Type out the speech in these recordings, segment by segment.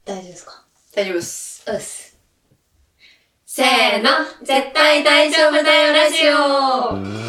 大丈夫ですか？ 大丈夫っす。 うっす。 せーの、絶対大丈夫だよラジオ。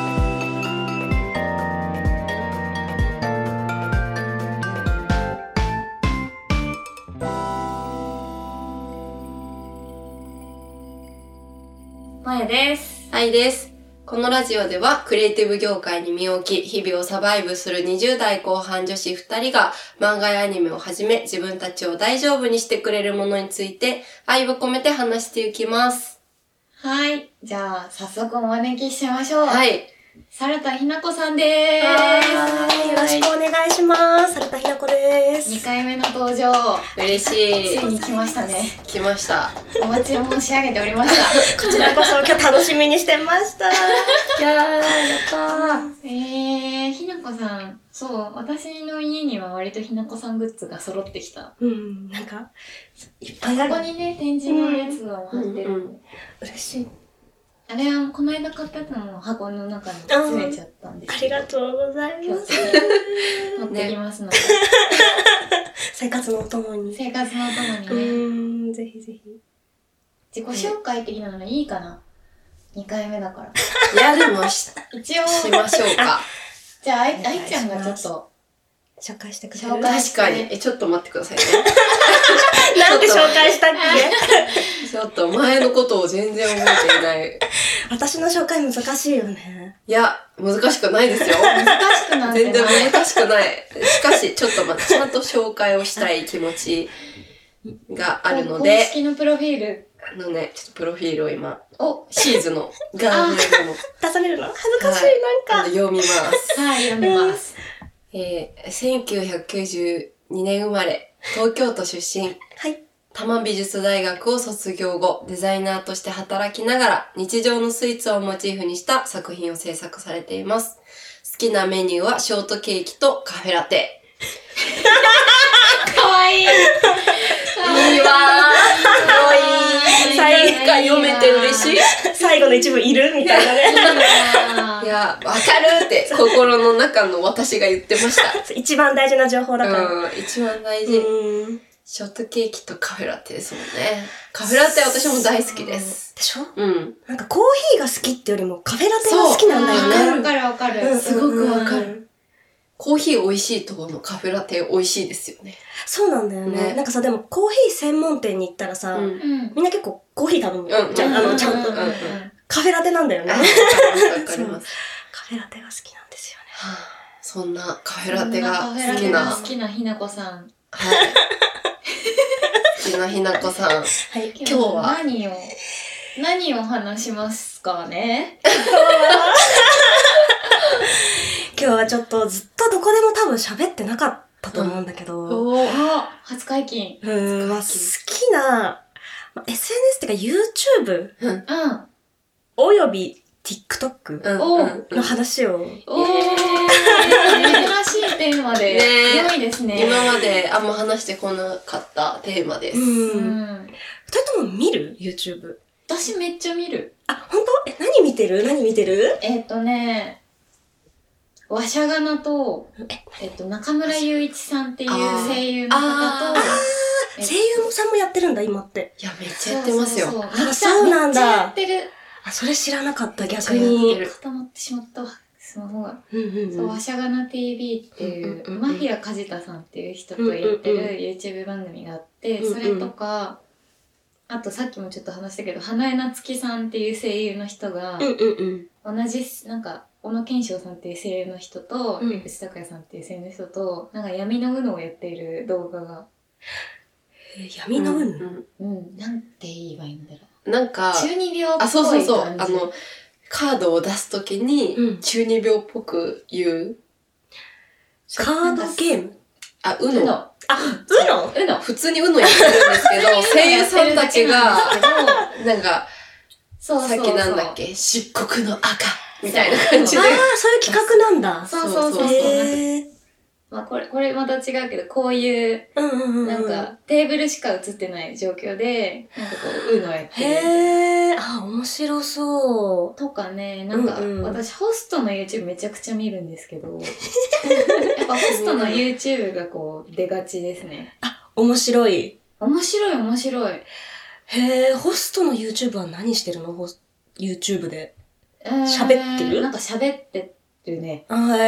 まやです。 はいです。このラジオではクリエイティブ業界に身を置き、日々をサバイブする20代後半女子2人が漫画やアニメをはじめ自分たちを大丈夫にしてくれるものについて愛を込めて話していきます。 はい。じゃあ、早速お招きしちゃいましょう。 はい。 猿田ひな子さんでーす。 よろしくお願いします。猿田ひな子です。 2回目の登場。 嬉しい。 ついに来ましたね。 来ました。 お待ち申し上げておりました。 こちらこそ今日楽しみにしてました。 いやー、やったー。 ひなこさん、そう、私の家には割とひなこさんグッズが揃ってきた。 なんか、いっぱいある。 ここにね、展示のやつを貼ってる。 嬉しい。 あれは、この間買ったやつの箱の中に詰めちゃったんですありがとうござい今日ます。 持ってきますので。 生活のお供に。 生活のお供にね。 ぜひぜひ。 自己紹介的なのいいかな ?2 回目だから。 いや、でもしましょうか。 じゃあ、愛ちゃんがちょっと。 紹介してくれる？ 紹介確かに。ちょっと待ってくださいね。 なんて紹介したっけ？ ちょっと前のことを全然覚えていない。 私の紹介難しいよね。 いや、難しくないですよ。 難しくなんてない。 全然難しくない。しかし、ちょっと待って、ちゃんと紹介をしたい気持ちがあるので。 公式のプロフィール。 ちょっとプロフィールを今、 お、 シーズのガーネーの。 出されるの恥ずかしい、なんか。 読みます。 はい、読みます。 1992年生まれ、東京都出身。 はい。 多摩美術大学を卒業後、デザイナーとして働きながら、日常のスイーツをモチーフにした作品を制作されています。好きなメニューはショートケーキとカフェラテ。 かわいい。 いいわー。かわいい。最後読めて嬉しい。 最後の一部いるみたいなね。 いや、わかるって心の中の私が言ってました。 一番大事な情報だから。 一番大事。ショートケーキとカフェラテですもんね。カフェラテ私も大好きです。 でしょ？ なんかコーヒーが好きってよりもカフェラテが好きなんだよね。 わかるわかる。 すごくわかる。コーヒー美味しいところのカフェラテ美味しいですよね。 そうなんだよね。なんかさ、でもコーヒー専門店に行ったらさ、みんな結構コーヒー頼むよ。じゃあ、ちゃんと。カフェラテなんだよね。 わかります。 カフェラテが好きなんですよね。 そんなカフェラテが好きなひなこさん。 はい。好きなひなこさん。はい。今日は何を話しますかね？ 今日はちょっとずっとどこでも多分喋ってなかったと思うんだけど。 初解禁。 好きな、SNS ってか YouTube および TikTok の話を。 珍しいテーマで。良いですね。 今まであんま話してこなかったテーマです。 二人とも見る ?YouTube。 私めっちゃ見る。 あ、本当？何見てる？ わしゃがなと、中村雄一さんっていう声優の方と、 声優さんもやってるんだ、今って。 いや、めっちゃやってますよ。 そうなんだ。 めっちゃやってる。 あ、それ知らなかった、逆に。 固まってしまったわ、スマホが。そう、わしゃがな TV っていう、マフィア梶田さんっていう人とやってる YouTube 番組があって、それとか、あとさっきもちょっと話したけど、花江夏樹さんっていう声優の人が、同じ、なんか、小野賢章さんっていう声優の人と、江口拓也さんっていう声優の人と、なんか闇のUNOをやっている動画が。 闇のUNO？ なんて言えばいいんだろう。 なんか、 中二病っぽい感じ。 そう。カードを出すときに、中二病っぽく言う。 カードゲーム？ UNO。 UNO？ 普通にUNOやってるんですけど、声優さんたちが、なんか、さっきなんだっけ、漆黒の赤みたいな感じで。 そういう企画なんだ。 そう。まあこれまた違うけど、こういう、なんか、テーブルしか映ってない状況で、なんかこう、UNOやってる。 面白そう。 とかね、なんか、私ホストの YouTube めちゃくちゃ見るんですけど、やっぱホストの YouTube がこう、出がちですね。 面白い。 面白い面白い。 へー、ホストの YouTube は何してるの？YouTube で。喋ってる？ なんか喋ってるね。 へー。みんなそう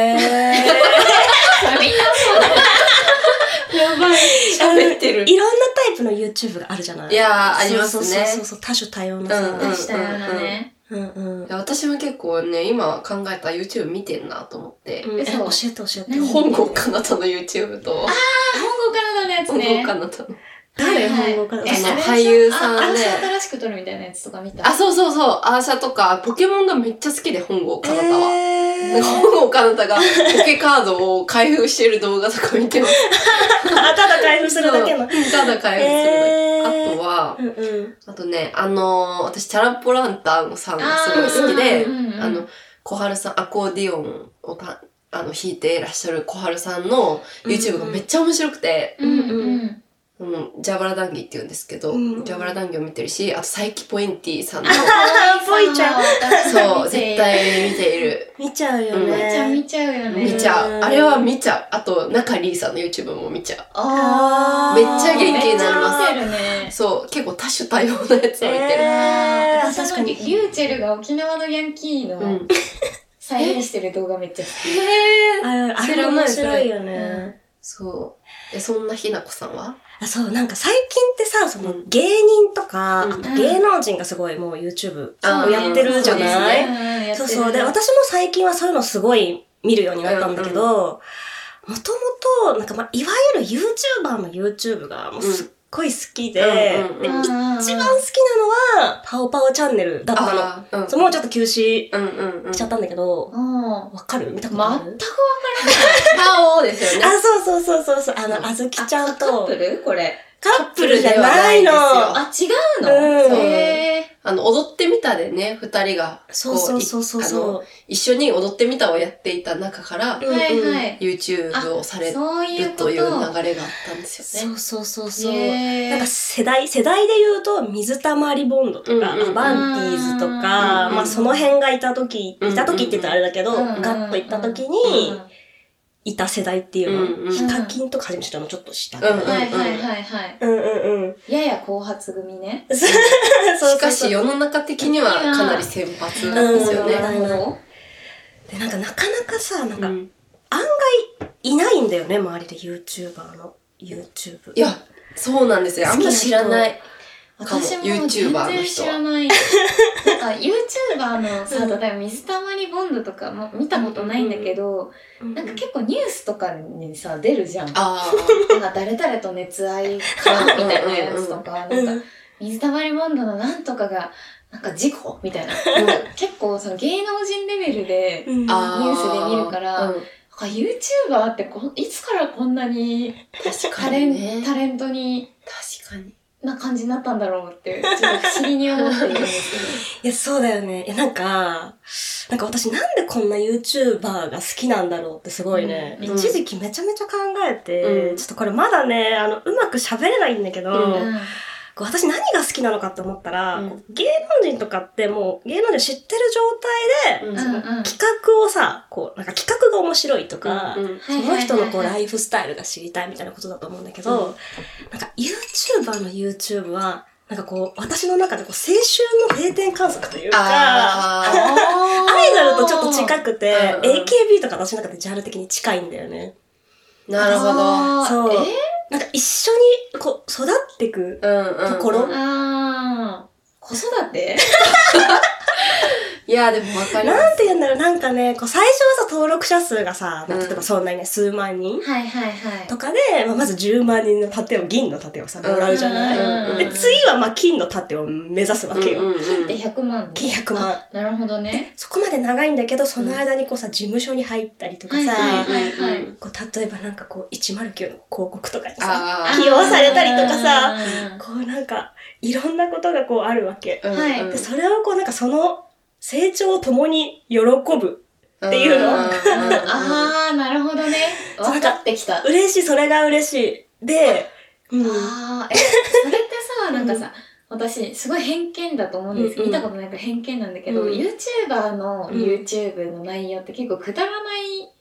だ。やばい。 喋ってる。 いろんなタイプの YouTube があるじゃない？ いやー、ありますね。 そう、多種多様なさ。 多種多様なね。 私も結構ね、今考えた YouTube 見てんなと思って。 教えて。 本郷かなたの YouTube と。 本郷かなたのやつね。 本郷かなたの。 誰？本郷かなた。 俳優さんで。 アーシャ新しく撮るみたいなやつとか見た。 そう。アーシャとか、ポケモンがめっちゃ好きで、本郷かなたは。本郷かなたがポケカードを開封してる動画とか見てます。 ただ開封するだけの。 ただ開封するだけ。あとは、あとね、私、チャランポランタンさんがすごい好きで、小春さん、アコーディオンを弾いていらっしゃる小春さんの YouTube がめっちゃ面白くて、ジャバラ談義って言うんですけど、ジャバラ談義を見てるし、あと、サイキポエンティさんの。 ぽいちゃん。 そう、絶対見ている。 見ちゃうよね。 見ちゃうよね。 見ちゃう。あれは見ちゃう。あと、中リーさんの YouTube も見ちゃう。めっちゃ元気になります。そう、結構多種多様なやつを見てる。 私のリューチェルが沖縄のヤンキーの再現してる動画めっちゃ好き。 あれ面白いよね。 そう。そんなひなこさんは？ そう、なんか最近ってさ、その芸人とか、あと芸能人がすごいもう YouTube をやってるじゃない？そう。で、私も最近はそういうのすごい見るようになったんだけど、もともと、なんかいわゆる YouTuber の YouTube がもうすっごい好きで、一番好きなのは、パオパオチャンネルだったの。もうちょっと休止しちゃったんだけど、わかる？見たことある？ 全くわからない。 パオですよね。 そう。あずきちゃんと。 カップル？これ。 カップルじゃないの。 違うの？ 踊ってみたでね、二人が、一緒に踊ってみたをやっていた中から、YouTube をされるという流れがあったんですよね。 そう。なんか世代で言うと、水溜りボンドとか、バンティーズとか、その辺がいた時って言ったらあれだけど、ガッといった時に、いた世代っていうの。ヒカキンとか初めて知ったのちょっと下。 やや後発組ね。 しかし世の中的にはかなり先発なんですよね。 で、なかなかさ、案外いないんだよね、周りで YouTuber の YouTube。 いや、そうなんですよ。あんま知らない。 私も全然知らない。なんか YouTuber のさ、例えば水溜りボンドとかも見たことないんだけど、なんか結構ニュースとかにさ、出るじゃん。なんか誰々と熱愛かみたいなやつとか、なんか水溜りボンドのなんとかが、なんか事故みたいな。結構その芸能人レベルでニュースで見るから、YouTuber っていつからこんなにタレントにな感じになったんだろうって、ちょっと不思議に思っているんですけど。 いや、そうだよね。いや、なんか私なんでこんな YouTuber が好きなんだろうってすごいね、一時期めちゃめちゃ考えて、ちょっとこれまだね、うまく喋れないんだけど、私何が好きなのかって思ったら、芸能人とかってもう芸能人知ってる状態で、企画をさ、なんか企画が面白いとか、その人のライフスタイルが知りたいみたいなことだと思うんだけど、なんか YouTuber の YouTube は、なんか私の中で青春の定点観測というか、アイドルとちょっと近くて、AKB とか私の中でジャンル的に近いんだよね。 なるほど。 そう。なんか一緒に育っていくところ。 子育ていや、でもわかります。 なんて言うんだろう、なんかね、最初はさ、登録者数がさ、例えばそんなにね、数万人とかで、まず10万人の盾を、銀の盾をさ、もらうじゃない。で、次は金の盾を目指すわけよ。 金って100万。 金100万。 なるほどね。 そこまで長いんだけど、その間に事務所に入ったりとかさ、例えばなんか109の広告とかにさ、起用されたりとかさ、なんか、いろんなことがあるわけ。で、それをなんかその成長を共に喜ぶっていうの。 なるほどね。分かってきた。 嬉しい、それが嬉しい。で、 それってさ、なんかさ、私、すごい偏見だと思うんですけど、見たことないから偏見なんだけど、YouTuber の YouTube の内容って結構くだらない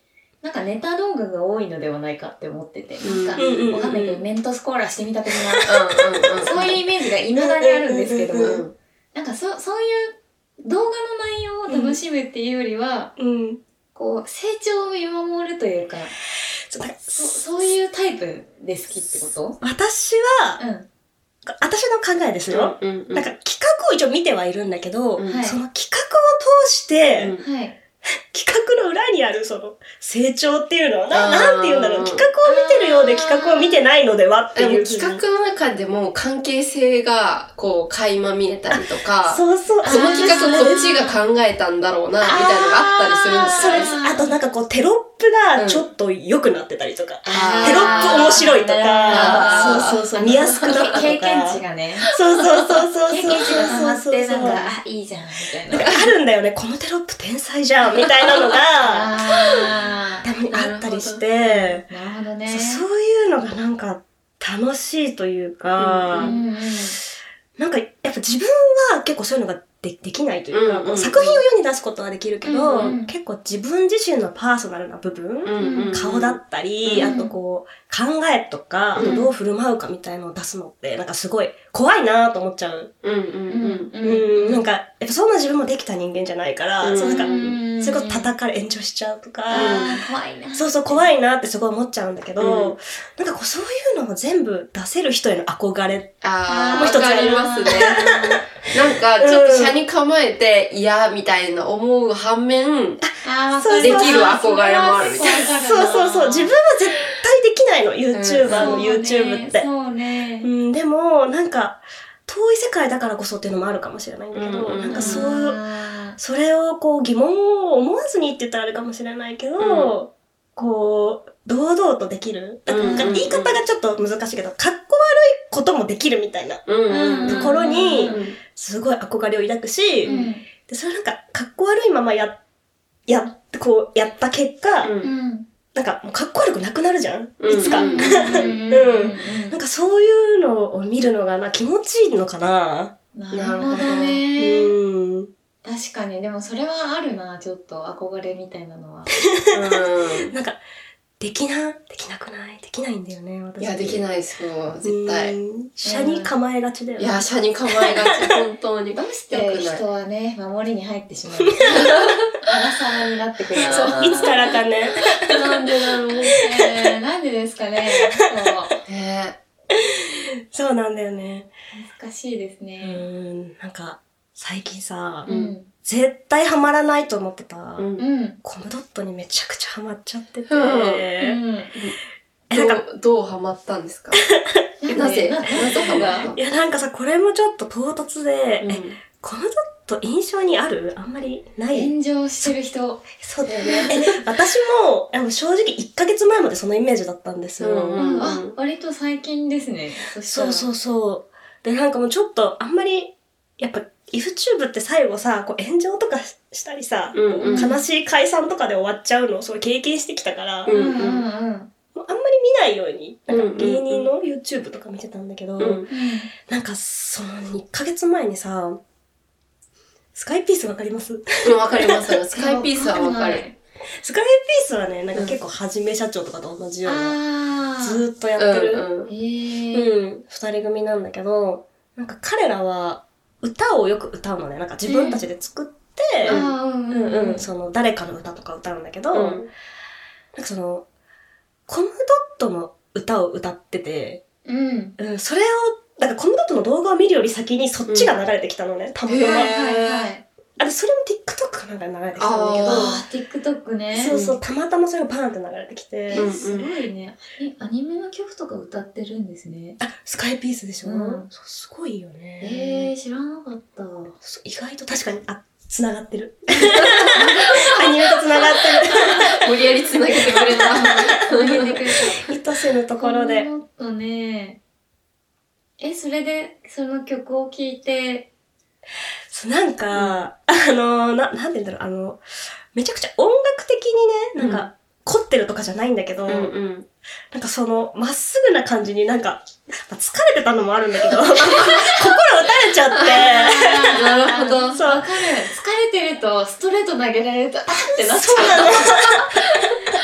なんかネタ動画が多いのではないかって思ってて、なんか、 うんわかんないけど、メントスコーラしてみた的な、 うんそういうイメージが未だにあるんですけど、 うんなんかそういう動画の内容を楽しむっていうよりは、 うん。 こう、成長を見守るというか、そういうタイプで好きってこと私は、 うん。 私の考えですよ。 うんうんなんか企画を一応見てはいるんだけど、 うんはいその企画を通して、 うんはい。 企画の裏にあるその成長っていうのはあーなんて言うんだろう、企画を見てるようで企画を見てないのではってでもいう。 企画の中でも関係性がこう垣間見えたりとか、 そうそう。 その企画こっちが考えたんだろうな、みたいなのがあったりするんですそれよね。 あとなんかこうテロップがちょっと良くなってたりとか。 あーテロップ面白いとか、 あーそうそうそう、見やすくなったとか。 経験値がね。 そうそうそうそう。 経験値が溜まって、なんそうか、あ、いいじゃん、みたいな。 なんかあるんだよね、このテロップ天才じゃん、みたいなのが、 あたまにあったりして、 ーなるほどね。 そういうのがなんか楽しいというか、 うんうんなんかやっぱ自分は結構そういうのができないというか、 うんこう作品を世に出すことはできるけど、 うんうん結構自分自身のパーソナルな部分、 うんうん顔だったり、 うんあとこう考えとか、 うんあとどう振る舞うかみたいのを出すのってなんかすごい怖いなと思っちゃう。 うんうんうん、なんかやっぱそんな自分もできた人間じゃないから、 うんそうなんか、 うんそれこそ叩かれ炎上しちゃうとか、 あー怖いな。 そうそう怖いなってすごい思っちゃうんだけど、 うんなんかこうそういうのを全部出せる人への憧れ。 ああ、 もう一つわかりますね。なんか、ちょっと車に構えて、嫌みたいな思う反面、 あーそうできる憧れもあるみたいなそうそうそう。自分は絶対できないの。YouTuber の YouTube って。 そうね。 うん、でも、なんか、遠い世界だからこそっていうのもあるかもしれないんだけど、 うんなんかあそれをこう疑問を思わずにって言ったらあれかもしれないけど、こう、堂々とできる。だからなんか言い方がちょっと難しいけど、かっこ悪いこともできるみたいなうんところにうん、 すごい憧れを抱くし、 ーうんで、それなんか、かっこ悪いままやった結果、 うんなんかもうかっこ悪くなくなるじゃん、 うんいつか。 うんなんかそういうのを見るのが気持ちいいのかな。 なるほどね。 うん。 確かに、でもそれはあるな、ちょっと憧れみたいなのは。 なんか、できなくないできないんだよね、私。 いや、できい。 ないですよ、絶対。 車に構えがちだよね。 いや、車に構えがち、本当に。 どうして良くない人はね、守りに入ってしまう。アラサーになってくる。 そう、いつからかね。 なんでだろう。 なんでですかね。 ねそうなんだよね。 難しいですね。 なんか、最近さ、 うん。 絶対ハマらないと思ってた、 うんうん。 コムドットにめちゃくちゃハマっちゃってて。 うん。 なんか、 どうハマったんですか？なぜハマったいやなんかさ、これもちょっと唐突で、 うんコムドット印象にある？あんまりない。 炎上してる人。 そうだよね。私も、正直1ヶ月前までそのイメージだったんですよ。 うんあ、割と最近ですね。 そうう。そう。で、なんかもうちょっとあんまり、やっぱ YouTube って最後さ、こう炎上とかしたりさ、 うんうんこう悲しい解散とかで終わっちゃうのをすごい経験してきたから、 うんうんうんうん。 もうあんまり見ないように、なんか芸人の YouTube とか見てたんだけど、 うんなんかその1ヶ月前にさ、スカイピースわかります？ わかります。スカイピースはわかる。 スカイピースはね、なんか結構はじめ社長とかと同じような、 あー。 ずーっとやってる、 うん二人組なんだけど、なんか彼らは歌をよく歌うのね。なんか自分たちで作って、 あー、うんその誰かの歌とか歌うんだけど、なんかその、コムドットの歌を歌ってて、 うん。 それを、なんかコムドットの動画を見るより先にそっちが流れてきたのね、たまたま。 へーはいはい。 あれ、それも TikTok かなんかで流れてきたんだけど、 あー、TikTok ね。 そうそう、たまたまそれがバーンって流れてきて、 うんすごいね。アニメの曲とか歌ってるんですね。 あ、スカイピースでしょ、 うんそうすごいよね。 知らなかった。 そう意外と確かに、繋がってる。アニメと繋がって無理やり繋げてくれた。 教えてくれた。 る。意図せぬところで。 もっとね。それで、その曲を聴いて、 なんか、なんて言うんだろう、めちゃくちゃ音楽的にね、なんか、凝ってるとかじゃないんだけど、 うんなんかその、まっすぐな感じになんか、疲れてたのもあるんだけど、心打たれちゃって、 なるほど。 そうわかる。疲れてると、ストレート投げられると、あってなっちそうなの。 ゃ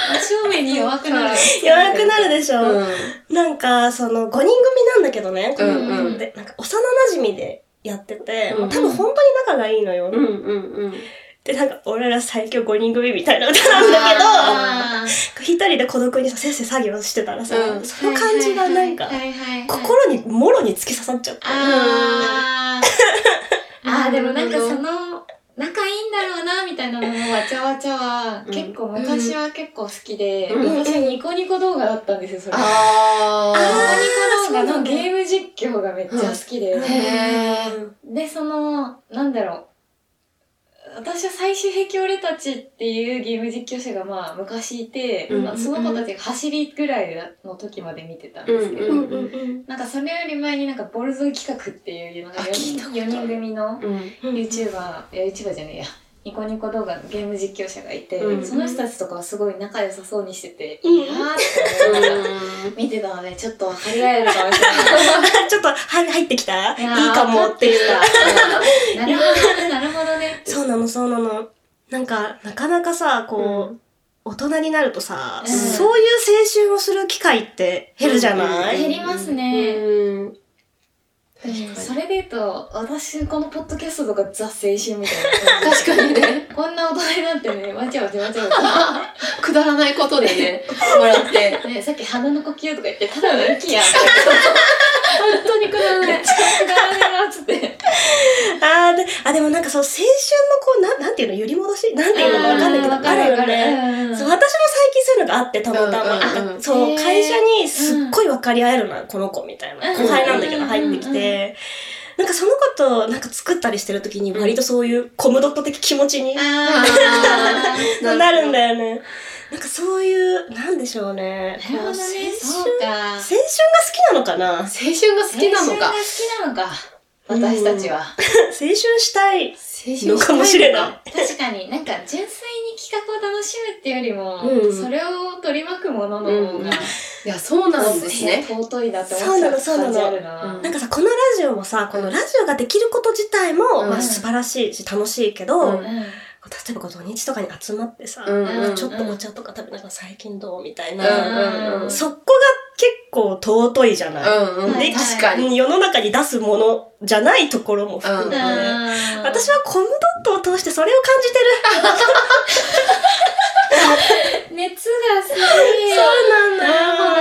正面に弱くなる。 弱くなるでしょ、 うん。 なんか、その、5人組なんだけどね、このうんうんで、なんか、幼馴染でやってて、 うん多分本当に仲がいいのよ。 うんうんうん。 で、なんか、俺ら最強5人組みたいな歌なんだあけど、一人で孤独にさ、せっせ作業してたらさ、 うんその感じがなんか、心にもろに突き刺さっちゃって。 でもなんかその、仲いいんだろうな、みたいなののわちゃわちゃは、結構昔は結構好きで、私はニコニコ動画だったんですよ、それ。ニコニコ動画のゲーム実況がめっちゃ好きで。で、その、なんだろう。私は最終兵器俺たちっていうゲーム実況者がまあ昔いて、その子たちが走りぐらいの時まで見てたんですけど、なんかそれより前になんかボルゾイ企画っていうのが4人組の YouTuber じゃねえや、ニコニコ動画のゲーム実況者がいて、その人たちとかはすごい仲良さそうにしてて、いいなーって思いながら見てたので、ちょっと張り合えるかもしれない。 ちょっと入ってきたいいかもっていう。 なるほどね、なるほどね。 そうなの、そうなの。なんか、なかなかさ、こう、大人になるとさ、そういう青春をする機会って減るじゃない？ 減りますね。それで言うと、私このポッドキャストとかザ青春みたいな。 確かにね。 こんな大人になってね、わちゃわちゃわちゃわちゃ。 くだらないことでね、笑って。 ね、さっき鼻の呼吸とか言って、ただの息や。 本当にくだらない。 くだらねえな、つって。 でもなんかそう、青春のこう、なんていうの、揺り戻しなんていうのかわかんないけど、あるよね。そう、私も最近そういうのがあって、たまたま。そう、会社にすっごい分かり合えるな、この子みたいな。後輩なんだけど入ってきて、なんかその子となんか作ったりしてる時に割とそういうコムドット的気持ちになるんだよね。なんかそういう、なんでしょうね。 なるほどね、そうか。青春が好きなのかな？ 青春が好きなのか。 青春が好きなのか。私たちは。 青春したいのかもしれない。 確かに、なんか純粋に企画を楽しむっていうよりも、それを取り巻くものの方が、 いや、そうなんですね。 尊いなって思っちゃう感じあるな。 なんかさ、このラジオもさ、このラジオができること自体も、まあ素晴らしいし楽しいけど、例えば土日とかに集まってさ、ちょっとお茶とか食べながら最近どうみたいな、そこが結構尊いじゃない。 で、確かに。 世の中に出すものじゃないところも含めて、私はコムドットを通してそれを感じてる。熱がすごい。 そうなんだ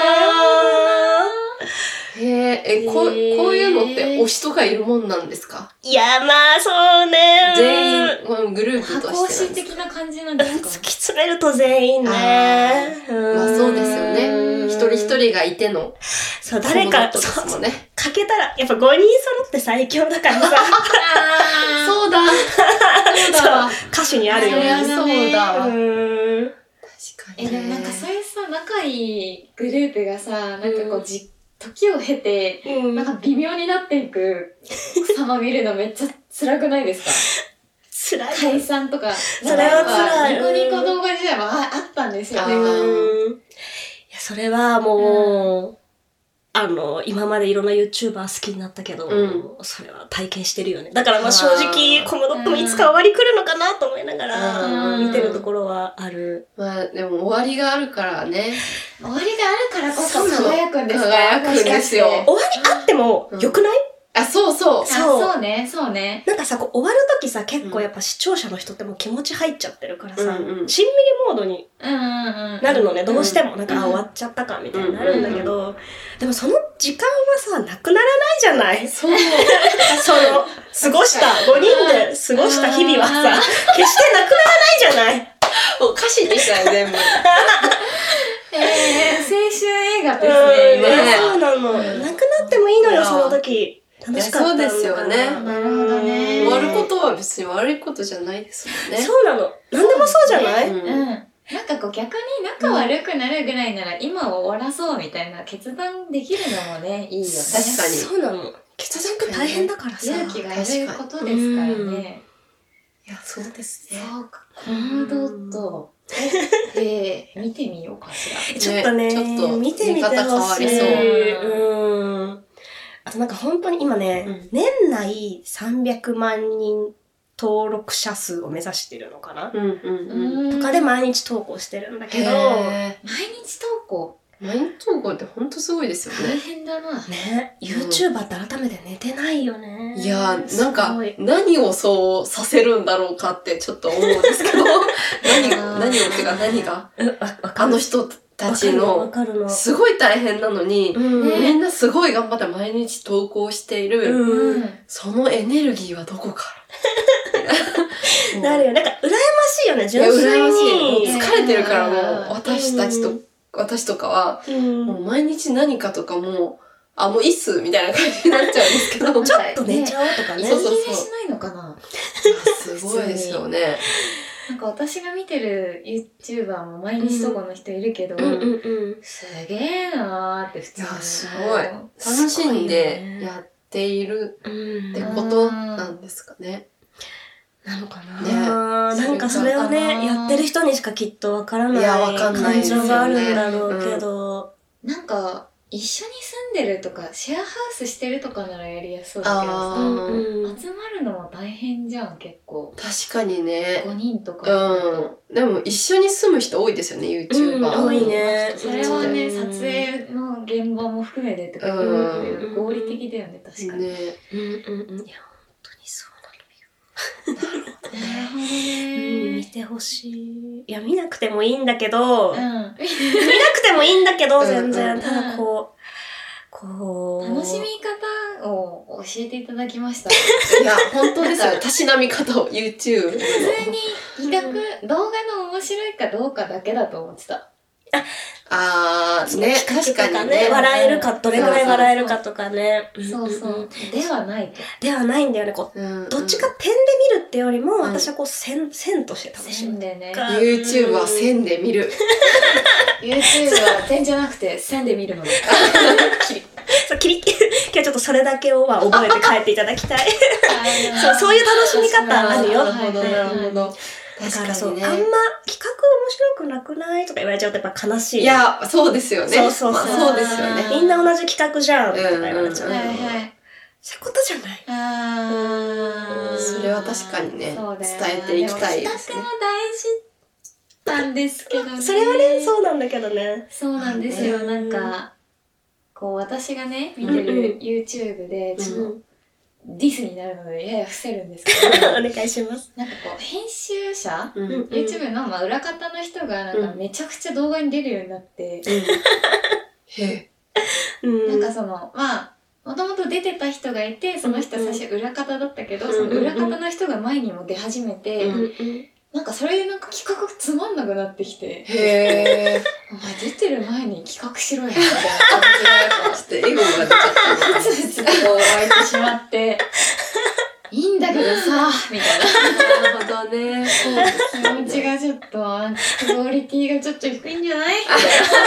よ。こういうのって推しとかいるもんなんですか？ いや、まあ、そうね。 全員、グループとして。 箱推し的な感じなんですか？ 突き詰めると全員ね。 まあそうですよね。一人一人がいての。 そう、誰か、 そうね。 かけたら、やっぱ5人揃って最強だからさ。 そうだ。 そう、歌手にあるよね。 そうだ。確かに。 でもなんかそういうさ、仲いいグループがさ、なんかこう、時を経て、なんか微妙になっていく様見るのめっちゃ辛くないですか？ 辛い。 解散とか。 それは辛い。 ニコニコ動画時代もあったんですよね。 いや、それはもう、今までいろんな YouTuber 好きになったけど、それは体験してるよね。だからまあ正直、コムドットもいつか終わり来るのかなと思いながら、見てるところはある。 まあ、でも終わりがあるからね。 終わりがあるからこそ輝くんですか？ 輝くんですよ。 終わりあっても良くない？ そうそう。 そうね、そうね。 なんかさ、終わるときさ、結構やっぱ視聴者の人ってもう気持ち入っちゃってるからさ、しんみりモードになるのね、どうしても。なんか、終わっちゃったかみたいになるんだけど、でもその時間はさ、なくならないじゃないそう。 過ごした、5人で過ごした日々はさ、決してなくならないじゃない。 歌詞にしたよ、全部。 青春映画ですね。 そうなの。なくなってもいいのよ、その時。楽しかったんだ。 そうですよね。 なるほどね。 終わることは別に悪いことじゃないですもんね。 そうなの。なんでもそうじゃない？ なんかこう逆に仲悪くなるぐらいなら今を終わらそうみたいな決断できるのもね、いいよね。 確かに。 そうなの。決断って大変だからさ。 勇気がいることですからね。 いや、そうですね。 そうか、コムドット。見てみようかしら。 ちょっとね、見てみてほしい。あとなんか本当に今ね、年内300万人登録者数を目指してるのかな、 うんとかで毎日投稿してるんだけど、 毎日投稿毎日投稿ってほんとすごいですよ大ね。 変だな。 ね、YouTuber って改めて寝てないよね。 いやー、なんかすごい、 何をそうさせるんだろうかってちょっと思うんですけど、何をっていうか何が、あの人たちわかるの。 すごい大変なのに、 うんみんなすごい頑張って毎日投稿している、 うんそのエネルギーはどこからなるよ。なんか、羨ましいよね、 いや、 純粋羨ましに。 い。疲れてるからもう、私たちと、 うん私とかは、 うんもう毎日何かとかもう、もういいっすみたいな感じになっちゃうんですけど。 ちょっと寝ちゃおうとかね。 そうそう気にしないのかな。 すごいですよね。 なんか私が見てる YouTuber も毎日投稿の人いるけど、 うん。 すげえなーって普通に。 いや、すごい。楽しんでやっているってことなんですかね。 なのかな、 ねなんかそれをね、やってる人にしかきっとわからないいやわかんない感ですよね情があるんだろうけど。 なんか、一緒に住んでるとか、シェアハウスしてるとかならやりやすそうだけどあさ、 ー集まるのも大変じゃん、結構。 確かにね。 5人とか。 でも一緒に住む人多いですよね、YouTuber。 多いね。 それはね、 うん撮影の現場も含めてとか、 うん合理的だよね、確かに。 ね。 いや、本当にそうなるほど見ね。 てほしい。いや、見なくてもいいんだけど、見なうん。 くてもいいんだけど、全う然。 んただこう、 楽しみ方を教えていただきました。 いや、本当ですよ。たしなみ方を YouTube 普通に動画の面白いかどうかだけだと思ってた。 ね、確かにね。 笑えるか、どれぐらい笑えるかとかね。 そうそう。ではないと。 ではないんだよね。こう、どっちか点で見るってよりも、私はこう、線として楽しむ。 線でね。 YouTube は線で見る。 YouTube は点じゃなくて線で見るので。 そう、キリッ、今日ちょっとそれだけを覚えて帰っていただきたい。そういう楽しみ方あるよ。 なるほど、なるほど。 だからそう、 確かにねあんま企画面白くなくないとか言われちゃうとやっぱ悲しい。 いや、そうですよね。 そうまあそうですよね。 みんな同じ企画じゃんとか言われちゃう。 うんはいはい。 そういうことじゃない。 それは確かにね、 そうだよ伝えていきたいですねでも。企画も大事なんですけどね。 それはね、そうなんだけどね。 そうなんですよ。 うんなんか、こう私がね、見てる YouTube で、ちょっとディスになるのでやや伏せるんですけど、 お願いします。 なんかこう、編集者うん。 YouTube のまあ裏方の人がなんかめちゃくちゃ動画に出るようになって、 へえ。 うん。 なんかその、まあ、もともと出てた人がいて、その人最初裏方だったけど、その裏方の人が前にも出始めて、なんかそれでなんか企画つまんなくなってきて、 へえ。 お前出てる前に企画しろよみたいな感じがやっぱ、 ちょっとエゴが出ちゃったのかつつつと湧いてしまって、いいんだけどさ、みたいな。 なるほどね。 気持ちがちょっと、クオリティがちょっと低いんじゃないみたい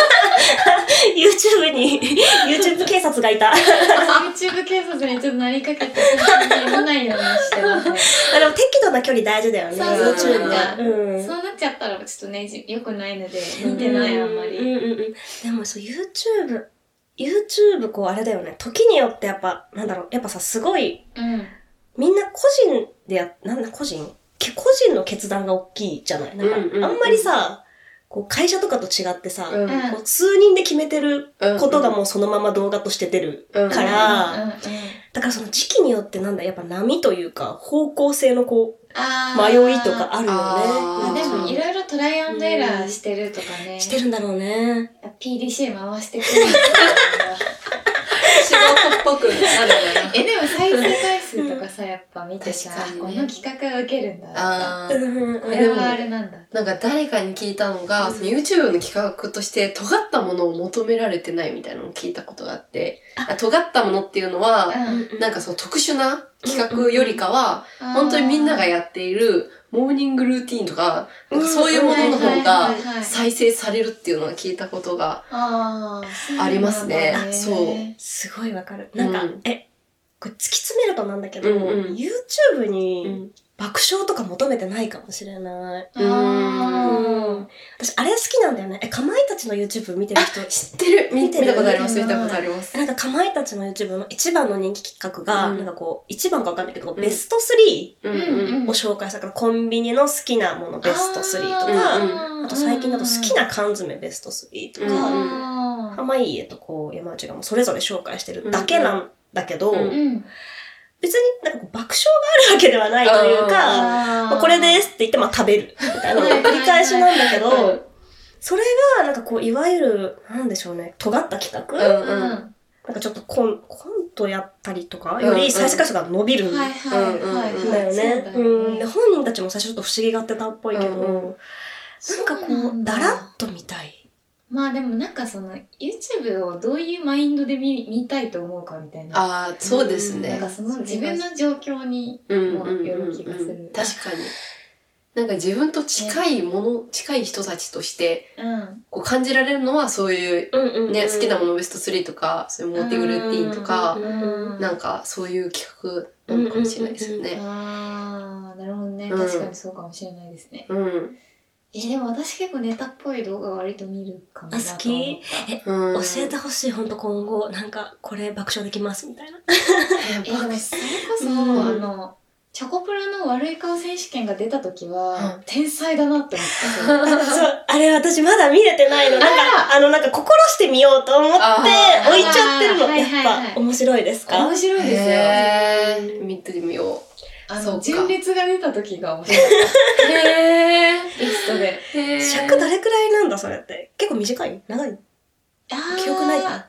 YouTube 警察がいた。 な。YouTube 警察にちょっとなりかけて、見ないようにしてますね。 でも適度な距離大事だよね。 そうそう YouTube なんは。 かうん。 そうなっちゃったらちょっとね、良くないので、見てないあんまり。 でもそう、YouTube こうあれだよね。時によってやっぱ、なんだろう、やっぱさ、すごい、 うん。 みんな個人で個人の決断が大きいじゃないなんか、あんまりさ、こう会社とかと違ってさ、 うんこう数人で決めてることがもうそのまま動画として出るから、だからその時期によってなんだ、やっぱ波というか、方向性のこう、迷いとかあるよあ、 ね。 でもいろいろトライアンドエラーしてるとかね。 してるんだろうね。 PDC 回してくるんですよ。 仕事っぽくなるんだな。 でも再生回数とかさ、やっぱ見てさ、 確かにねこの企画が受けるんだとか、こでれはあれなんだ。 なんか誰かに聞いたのが、その YouTube の企画として尖ったものを求められてないみたいなのを聞いたことがあって、尖ったものっていうのは、なんかその特殊な企画よりかは、本当にみんながやっているモーニングルーティーンとか、なんかそういうものの方が再生されるっていうのを聞いたことがありますね。そう。 すごいわかる。なんか、 これ突き詰めるとなんだけど、 うんうん、 YouTube うにん爆笑とか求めてないかもしれない。私、あれ好きなんだよね。かまいたちの YouTube 見てる人。 知ってる。見たことあります。見たことあります。 なんか、かまいたちの YouTube の一番の人気企画が、なんかこう、一番かわかんないけど、ベスト3を紹介したから、コンビニの好きなものベスト3とか、あと最近だと好きな缶詰ベスト3とか、濱家とこう、山内がもうそれぞれ紹介してるだけなんだけど、別になんかこう爆笑があるわけではないというか、まあ、これですって言ってまあ食べるみたいな繰り返しなんだけど、それがなんかこういわゆるなんでしょうね、尖った企画、なんかちょっとコントやったりとかより再生回数が伸びるんだよね。で本人たちも最初ちょっと不思議がってたっぽいけど、なんかこうだらっと見たい。 まあでもなんかその YouTube をどういうマインドで見たいと思うかみたいな。 ああ、そうですね。 なんかその自分の状況にもよる気がする。 確かに。なんか自分と近いもの、近い人たちとして、こう感じられるのはそういうね、好きなものベスト3とか、そういうモーティングルーティンとか、なんかそういう企画なのかもしれないですよね。 ああ、なるほどね。確かにそうかもしれないですね。でも私結構ネタっぽい動画割と見るかもなと思った。 好き？教えてほしい、ほんと今後。なんか、これ爆笑できますみたいな。 でもそれこそ、チョコプラの悪い顔選手権が出た時は、天才だなって思った。 そう、あれ私まだ見れてないの。なんか心してみようと思って置いちゃってるの。やっぱ面白いですか？ 面白いですよ。 見てみよう。 純烈が出た時が面白かった。リストで。 尺どれくらいなんだそれって。結構短い？長い？記憶ないか。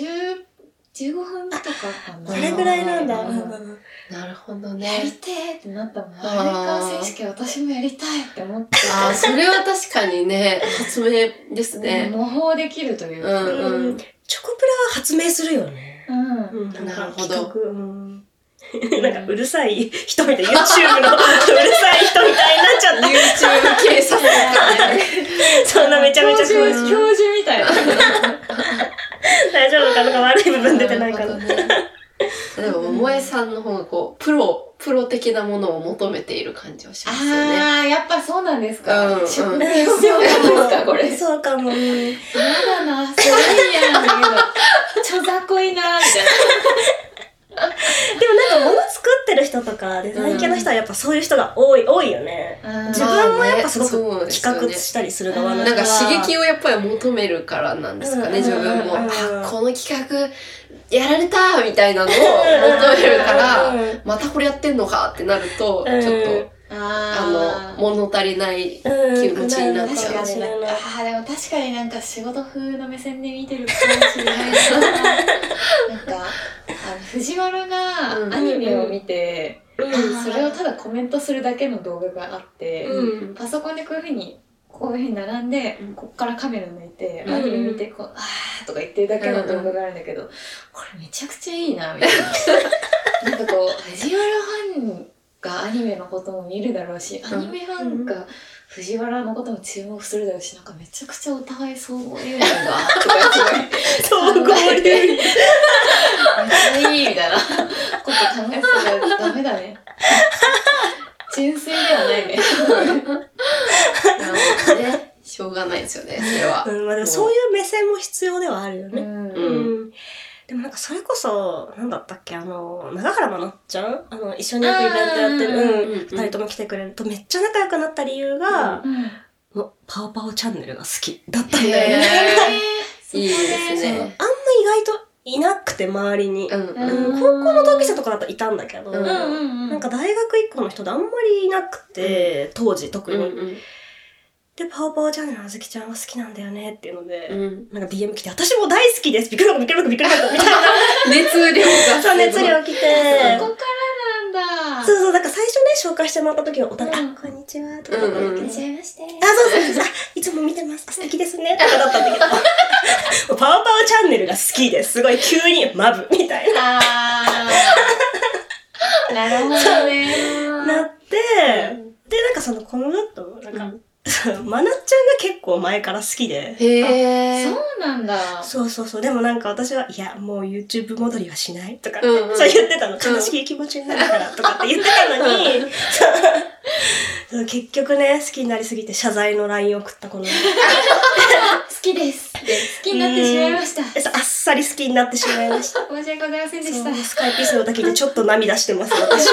15分とかかな。 それぐらいなんだ。 なるほどね。 やりてーってなったもん。アメリカ選手権私もやりたいって思って。 それは確かにね、発明ですね。 模倣できるというか。 チョコプラは発明するよね。 なるほど。 なんかうるさい人みたい、YouTube のうるさい人みたいになっちゃった。 YouTube 警察みたいな。 そんなめちゃめちゃ教授みたいな。 大丈夫かなんか悪い部分出てないかな。 でも、萌えさんの方がこう、プロ的なものを求めている感じはしますよね。 やっぱそうなんですか。 そうかも。 これ。 そうかも。 やだな、すごい嫌なんだけど、ちょざこいな、みたいな。 でもなんか物作ってる人とかデザイン系の人はやっぱそういう人が多いよね。自分もやっぱすごく企画したりする側の人は、 なんか刺激をやっぱり求めるからなんですかね、自分も。この企画やられたみたいなのを求めるから、またこれやってんのかってなると、ちょっと、物足りない気持ちになっちゃう。 でも確かになんか仕事風の目線で見てるかもしれないな。なんか、藤原がアニメを見て、それをただコメントするだけの動画があって、パソコンでこういう風に並んで、こっからカメラ抜いて、アニメ見て、こう、とか言ってるだけの動画があるんだけど、これめちゃくちゃいいな、みたいな。なんかこう、藤原ファンがアニメのことも見るだろうし、アニメファンが藤原のことも注目するだろうし、なんかめちゃくちゃお互い総合流入が、とか総合流入めっちゃいいみたいなこと考えてたらダメだね。純粋ではないね。 しょうがないですよね、それは。 そういう目線も必要ではあるよね。でもなんかそれこそ、なんだったっけ、長原まなっちゃん一緒によくイベントやってる、二人とも来てくれるとめっちゃ仲良くなった理由が、パオパオチャンネルが好きだったんだよね。 いいですね。 あんま意外といなくて、周りに。高校の同級生とかだといたんだけど、なんか大学以降の人であんまりいなくて、当時特に。で、パオパオチャンネルのあずきちゃんが好きなんだよねっていうので、なんか DM 来て、私も大好きですびっくりびっくりびっくりみたいな。 熱量が。 そう、熱量来て。 そこからなんだ。 そう、だから最初ね、紹介してもらった時はお互い、こんにちは、とか、 いらっしゃいまして。 そう、いつも見てます、素敵ですね、とかだったんだけど、パオパオチャンネルが好きです、すごい急にマブ、みたいな。 なるほどね。 なって、で、なんかこの後、なんか、まなっちゃんが結構も前から好きで。 へー。 そうなんだ。 そうそうそう。でもなんか私は、いや、もう YouTube 戻りはしないとかって、 うんうんそう言ってたの。悲しい気持ちになるからとかって言ってたのに、そう結局ね、好きになりすぎて謝罪の LINE 送ったこの。 好きですって好きになってしまいました。 あっさり好きになってしまいました。 申し訳ございませんでした。 そうスカイピースの時でちょっと涙してます、私。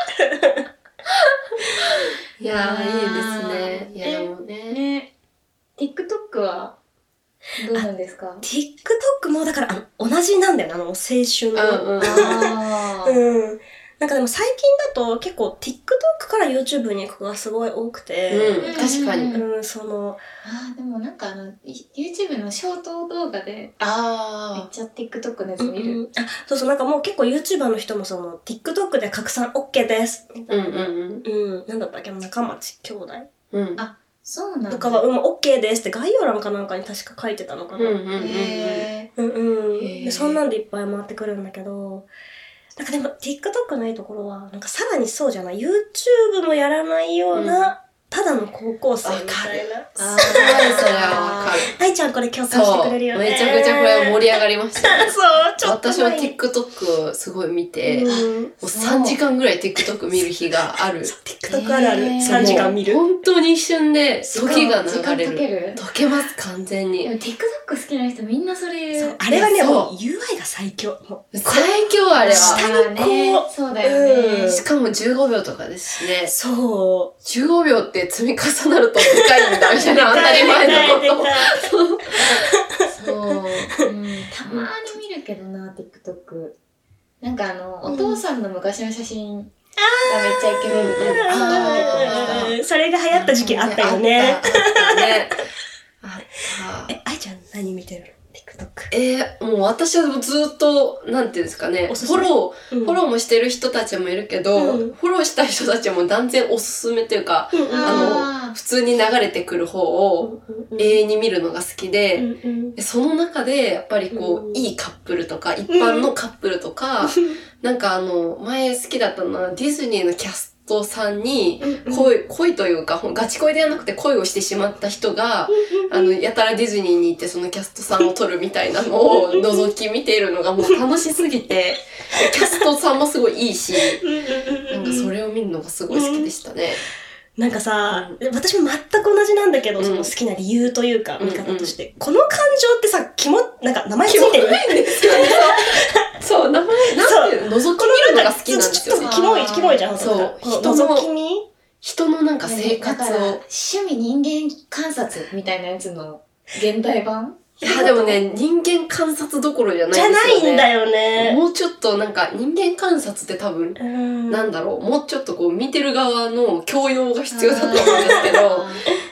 いやー、いいですね。いや、でもね。 ね、TikTok はどうなんですか？ TikTok もだから同じなんだよね、青春の。 あーうん。なんかでも最近だと結構 TikTok から YouTube に行く子がすごい多くて、 うん、確かに。 うん、 でもなんかYouTube のショート動画でめっあちゃ TikTok のやつ見る。 そうそう、なんかもう結構 YouTuber の人もTikTok で拡散 OK です。 ー。うんうんなんだったっけ、中町兄弟うん。うん。 そうなんだ。 とかは、OK ですって概要欄かなんかに確か書いてたのかな。 へー。 へーでそんなんでいっぱい回ってくるんだけど、なんかでも TikTok ないところは、なんかさらにそうじゃない、YouTube もやらないような、ただの高校生みたいな。 あーそれはわかる。 愛ちゃんこれ共感してくれるよね。 めちゃくちゃこれ盛り上がりましたね。 そう、ちょっと私は前に TikTok すごい見て、もうんう3時間ぐらい TikTok 見る日がある。 TikTok あるある。 へー 3時間見る。 本当に一瞬で時が時間流れる。 解ける？ 解けます、完全に。 でも TikTok 好きな人みんなそれ言う。 あれはね、 そうもう UI が最強。もう最強あれは。 下にこうね、そうだよね。 しかも15秒とかですしね。 そ 15秒って積み重なるとでかいんだ、みたいな当たり前のこでかいと。そう。 たまーに見るけどな、TikTok。なんかお父さんの昔の写真がめっちゃイケメンみたいなのが結構見てた。 それが流行った時期あったよね。 あったね。あった。 愛ちゃん何見てるの ?TikTok。 もう私はずっと、なんていうんですかね、フォローもしてる人たちもいるけど、 うんフォローした人たちも断然おすすめっていうか、普通に流れてくる方を永遠に見るのが好きで、その中でやっぱりいいカップルとか、一般のカップルとか、なんか前好きだったのはディズニーのキャストさんに恋というか、ガチ恋ではなくて恋をしてしまった人が、やたらディズニーに行ってそのキャストさんを撮るみたいなのを覗き見ているのがもう楽しすぎて、キャストさんもすごいいいし、なんかそれを見るのがすごい好きでしたね。 なんかさ、私も全く同じなんだけど、その好きな理由というか、見方として。この感情ってさ、なんか名前ついてる？ そう、名前、なんていうの、覗き見るのが好きなんですよね。 ちょっとキモいじゃん。 そう。 覗き見人のなんか生活を。 趣味人間観察みたいなやつの現代版？ いや、でもね、人間観察どころじゃないですよね。 じゃないんだよね。 もうちょっとなんか人間観察って多分、なんだろう、もうちょっと見てる側の教養が必要だと思うんですけど、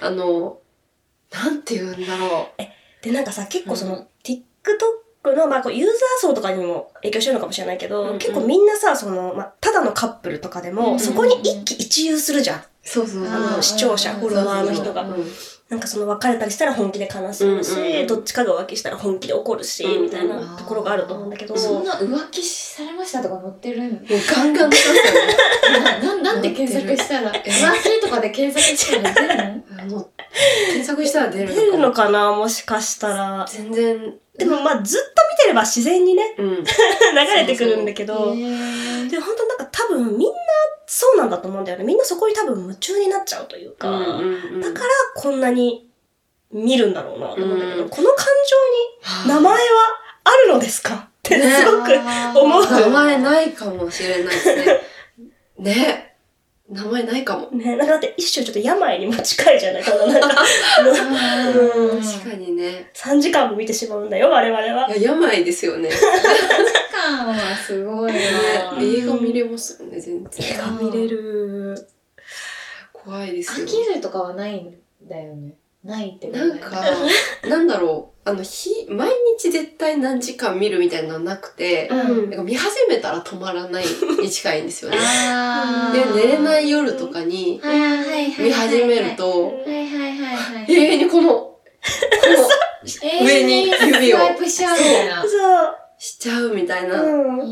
なんて言うんだろう。 で、なんかさ、結構TikTok の、ユーザー層とかにも影響してるのかもしれないけど、結構みんなさ、ただのカップルとかでも、そこに一喜一憂するじゃん。 そうそう視聴者、フォロワーの人が。なんか別れたりしたら本気で悲しむし、どっちかが浮気したら本気で怒るし、みたいなところがあると思うんだけど。 そんな浮気されましたとか載ってるん？ もうガンガン出ますよね。 なんで検索したら、浮気とかで検索したら出るの？ 検索したら出るのかな？ 出るのかな、もしかしたら。 全然。 でもずっと見てれば自然にね、流れてくるんだけど、で、本当なんか多分みんなそうなんだと思うんだよね。みんなそこに多分夢中になっちゃうというか、だからこんなに見るんだろうなと思うんだけど、この感情に名前はあるのですかってすごく思う。 名前ないかもしれないですね。ね。名前ないかも。 ね、なんかだって一種ちょっと病にも近いじゃないかな。なんか確かにね。 3時間も見てしまうんだよ、我々は。 いや、病ですよね。 3時間はすごいな。 映画見れますよね、全然。 映画見れる。 怖いですよ。 飽きるとかはないんだよね。ないってことだよね。 なんか、なんだろう。毎日絶対何時間見るみたいなのはなくて、なんか見始めたら止まらないに近いんですよね。で、寝れない夜とかに見始めると、永遠にこの上に指をスワイプしちゃうみたいな。 しちゃうみたいな、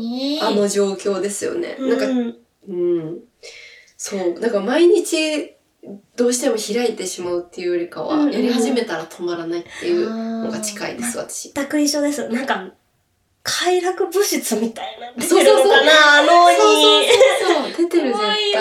状況ですよね。なんか、そう。だから毎日どうしても開いてしまうっていうよりかは、やり始めたら止まらないっていうのが近いです、私。 全く一緒です。なんか、快楽物質みたいな出てるのかな、脳に。 そう、出てる絶対。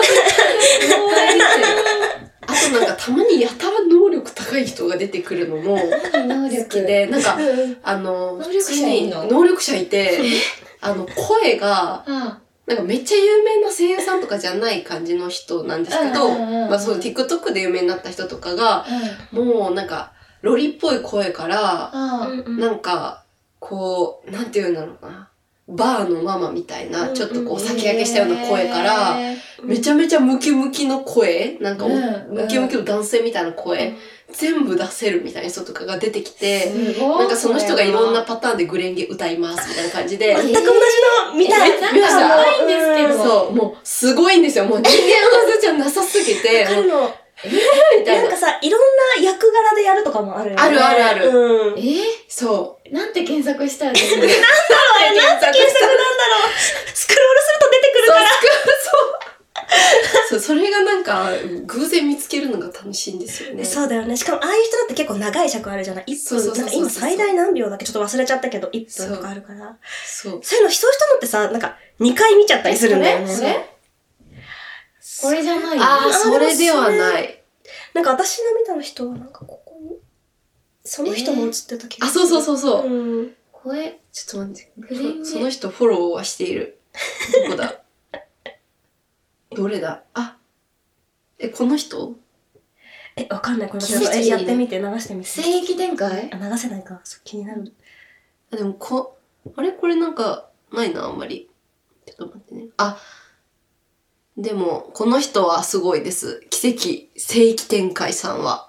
あとなんかたまにやたら能力高い人が出てくるのも好きで、なんか、 能力者いいの？ 能力者いて、声が、なんかめっちゃ有名な声優さんとかじゃない感じの人なんですけど、まあそう、TikTok で有名になった人とかが、もうなんか、ロリっぽい声から、なんか、こう、なんていうんだろうな。バーのママみたいな、ちょっとこう先駆けしたような声から、めちゃめちゃムキムキの声、なんかムキムキの男性みたいな声、全部出せるみたいな人とかが出てきて、なんかその人がいろんなパターンでグレンゲ歌いますみたいな感じで。 全く同じの見たい。 見ました？ ないんですけど。 そう、もうすごいんですよ。もう人間技じゃなさすぎて。みたいな。 なんかさ、いろんな役柄でやるとかもあるよね。 あるあるある。 そう。なんて検索したらなんだろう、なんて検索なんだろう。スクロールすると出てくるから。 そう、それがなんか、偶然見つけるのが楽しいんですよね。 そうだよね。しかも、ああいう人だって結構長い尺あるじゃない？ 1 分。なんか今最大何秒だっけちょっと忘れちゃったけど、1分とかあるから。そういうの、そういうのってさ、なんか、2回見ちゃったりするんだよね。 これじゃない？ それではない。 なんか私が見たの人はなんかここに、その人も映ってた気がする。 そう。 声、 ちょっと待って。その人フォローはしている。どこだどれだこの人わかんない。これやってみて、流してみて。 聖域展開？ 流せないか。気になる。 でもこれなんか、ないな、あんまり。ちょっと待ってね。でも、この人はすごいです。奇跡、聖域展開さんは。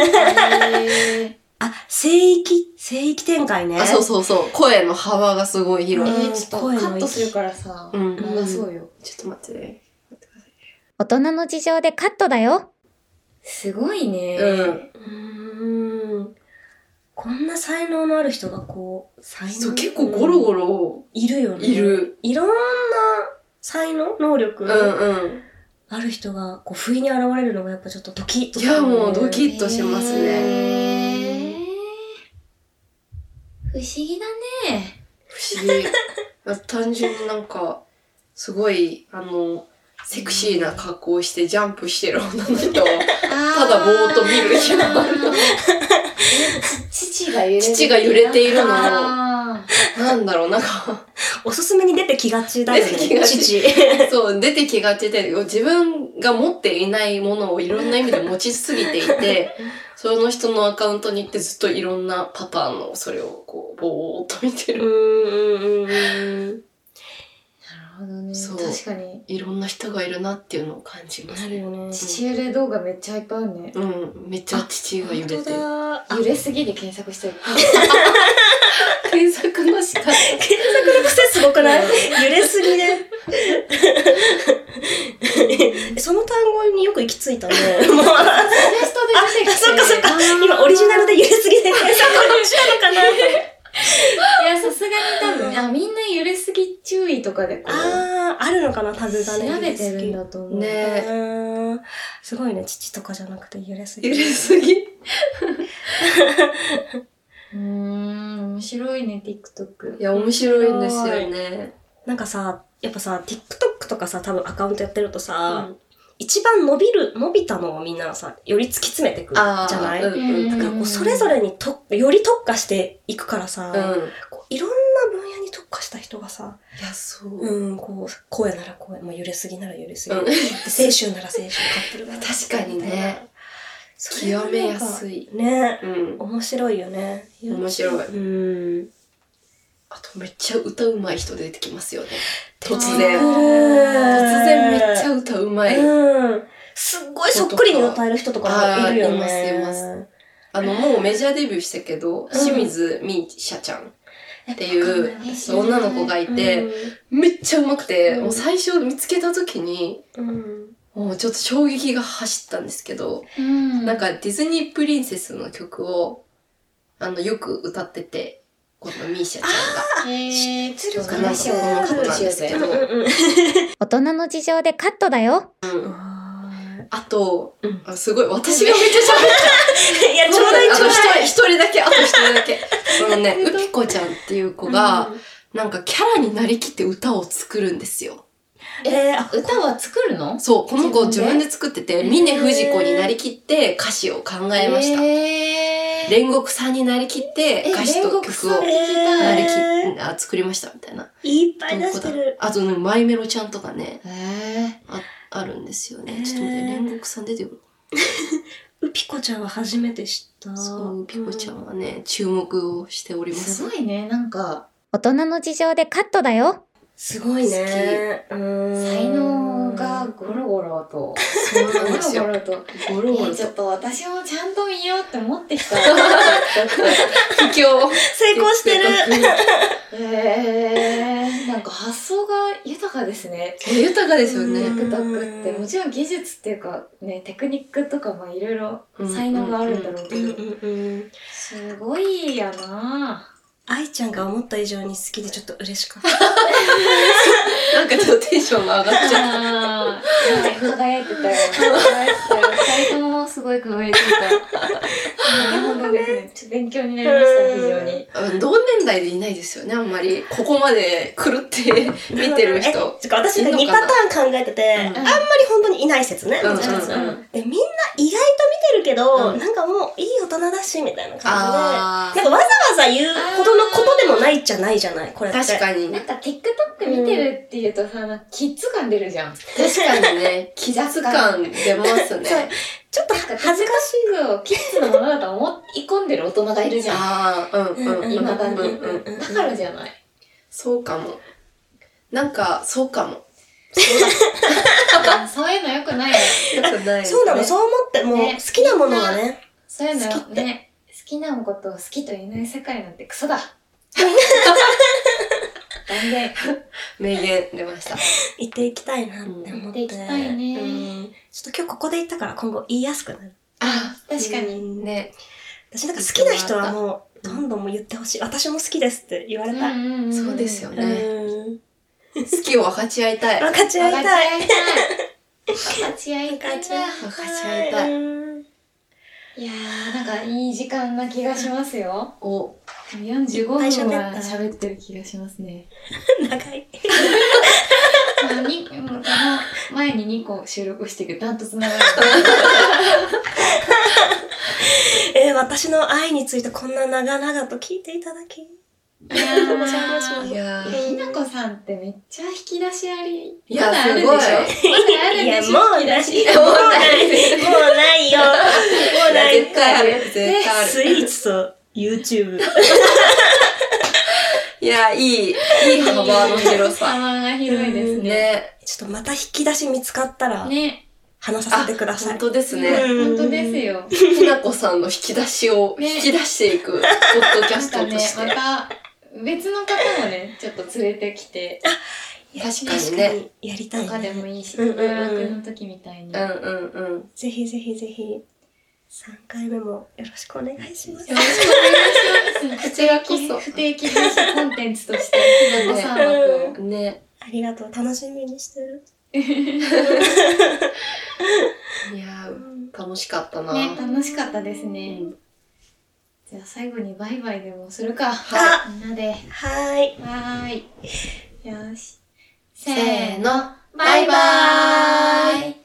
聖域展開ね。 そう。声の幅がすごい広い。 ちょっとカットするからさ、流そうよ。 ちょっと待ってね。 大人の事情でカットだよ。 すごいね。 こんな才能のある人がこう、 そう、結構ゴロゴロ。 いるよね。 いる。 いろんな才能能力ある人がこう不意に現れるのがやっぱちょっとドキッとする、 いやもうドキッとしますね。 不思議だね。 不思議。単純になんかすごいセクシーな格好をしてジャンプしてる女の人をただぼーっと見る日がある。 父が揺れているのをなんだろう、なんかおすすめに出てきがちだよね。父。 そう、出てきがちで、自分が持っていないものをいろんな意味で持ちすぎていて、その人のアカウントに行ってずっといろんなパターンのそれをこう、ぼーっと見てる。 なるほどね。そう。確かに。 いろんな人がいるなっていうのを感じます。 なるよね。 父揺れ動画めっちゃいっぱいあるね。 めっちゃ父が揺れてる。 揺れすぎで検索してる。 検索の仕方。 検索の癖すごくない？揺れすぎで。その単語によく行き着いたね。もう。サジェストで出てきて。そっか。今オリジナルで揺れすぎで検索したのかな。 いや、さすがに多分、みんな揺れすぎ注意とかでこう。 あるのかな、タグがね。 調べてるんだと思う。 ね。すごいね、父とかじゃなくて揺れすぎ。 揺れすぎ。 面白いね、TikTok。 いや、面白いんですよね。 なんかさ、やっぱさ、TikTok とかさ、多分アカウントやってるとさ、一番伸びたのをみんなさ、より突き詰めてくじゃない？だからこう、それぞれにより特化していくからさ、こういろんな分野に特化した人がさ、 いや、そう。 こう、声なら声、もう揺れすぎなら揺れすぎ。青春なら青春、カップルなら確かにね。極めやすい。 ね。面白いよね。 面白い。あとめっちゃ歌うまい人出てきますよね。突然めっちゃ歌うまい。 すっごいそっくりに歌える人とかもいるよね。 います。もうメジャーデビューしたけど、清水美依ちゃんっていう女の子がいて、めっちゃうまくて、もう最初見つけた時に、もうちょっと衝撃が走ったんですけど、なんかディズニープリンセスの曲を、よく歌ってて、このミーシャちゃんが。 知ってるかな？ この方なんですけど。 大人の事情でカットだよ。 あと、 うんすごい、私がめっちゃ喋った。 いや、ちょうだいちょうだい。 一人だけ、あと一人だけ。そのね、うぴこちゃんっていう子が、なんかキャラになりきって歌を作るんですよ。 歌は作るの？ そう、この子自自分で分で作ってて、峰不二子になりきって歌詞を考えました。煉獄さんになりきって歌詞と曲をなりき作りましたみたいな。 いっぱい出してる。 あとね、マイメロちゃんとかね、 へあるんですよね。ちょっと待って、煉獄さん出てくる。 うぴこちゃんは初めて知った。 そう、うぴこちゃんはね、注目をしておりー、 ます。 すごいね、なんか、 大人の事情でカットだよ。 すごいね。 才能がゴロゴロと、 そうゴロなんですよ。 ゴロと、 ゴロゴロと。 ちょっと私もちゃんと見ようって思ってきた。 不況。 成功してる。 なんか発想が豊かですね。 豊かですよね。 TikTok ってもちろん技術っていうかね、テクニックとかもいろいろ才能があるんだろうけど、すごいやな。 愛ちゃんが思った以上に好きでちょっと嬉しかった。 なんかちょっとテンションが上がっちゃう。 あー、輝いてたよ。輝いてたよ。二人ともすごい輝いてた。本当ですね。ちょっと勉強になりました、非常に。 同年代でいないですよね、あんまり。ここまで狂って見てる人。 私が2パターン考えてて、あんまり本当にいない説ね。もちろんでみんな意外と見てるけど、なんかもういい大人だし、みたいな感じで、なんかわざわざ言うほどのことでもないっちゃないじゃない、これって。 確かに。 なんか TikTok 見てるっていうとさ、キッズ感出るじゃん。 確かにね、気雑感出ますね。 ちょっと恥ずかしい。 キッズのものだと思い込んでる大人がいるじゃん。 ああ、 未だに。 だだからじゃない。 そうかも。なんか、そうかも。 そういうのよくないよ。 よくない。 そうなの、そう思って、もう好きなものがね。 そういうのね、好きなことを好きと言えない世界なんてクソだ。断言。 名言出ました。 言っていきたいなって思って。 言っていきたいね。 ちょっと今日ここで言ったから今後言いやすくなる。 あ、確かに。 ね。 私なんか好きな人はもう、どんどんも言ってほしい。私も好きですって言われたい。 そうですよね。好きを分かち合いたい。 分かち合いたい。 分かち合いたい。 分かち合いたい。 いやー、なんかいい時間な気がしますよ。 お、 45分は喋ってる気がしますね。 長い。 前に2個収録してるけど、ダントツ長い。 私の愛についてこんな長々と聞いていただき。 いやー、 いやー、ひなこさんってめっちゃ引き出しあり。 いや、 まだあるでしょ。 すごい。 まだあるでしょ。 もうない。もうないよ。もうない。 絶対ある。絶対ある。 スイーツと YouTube。 いや、いい幅の広さ。 幅が広いですね。 ね。 ちょっとまた引き出し見つかったら、 ね。 話させてください。 本当ですね。 本当ですよ。 ひなこさんの引き出しを引き出していく、ポッドキャストとして。 また、別の方もね、ちょっと連れてきて。 確かにね。 やりたいね。 とかでもいいし、留学の時みたいに。 ぜひぜひぜひ、3回目もよろしくお願いします。 よろしくお願いします。こちらこそ。不定期配信コンテンツとして、ひなこさん枠を。 ね。 ありがとう。楽しみにしてる。 いやー、楽しかったな。 ね、楽しかったですね。じゃあ最後にバイバイでもするか。みんなで。 はーい。 はーい。よし。 せーの、 バイバーイ。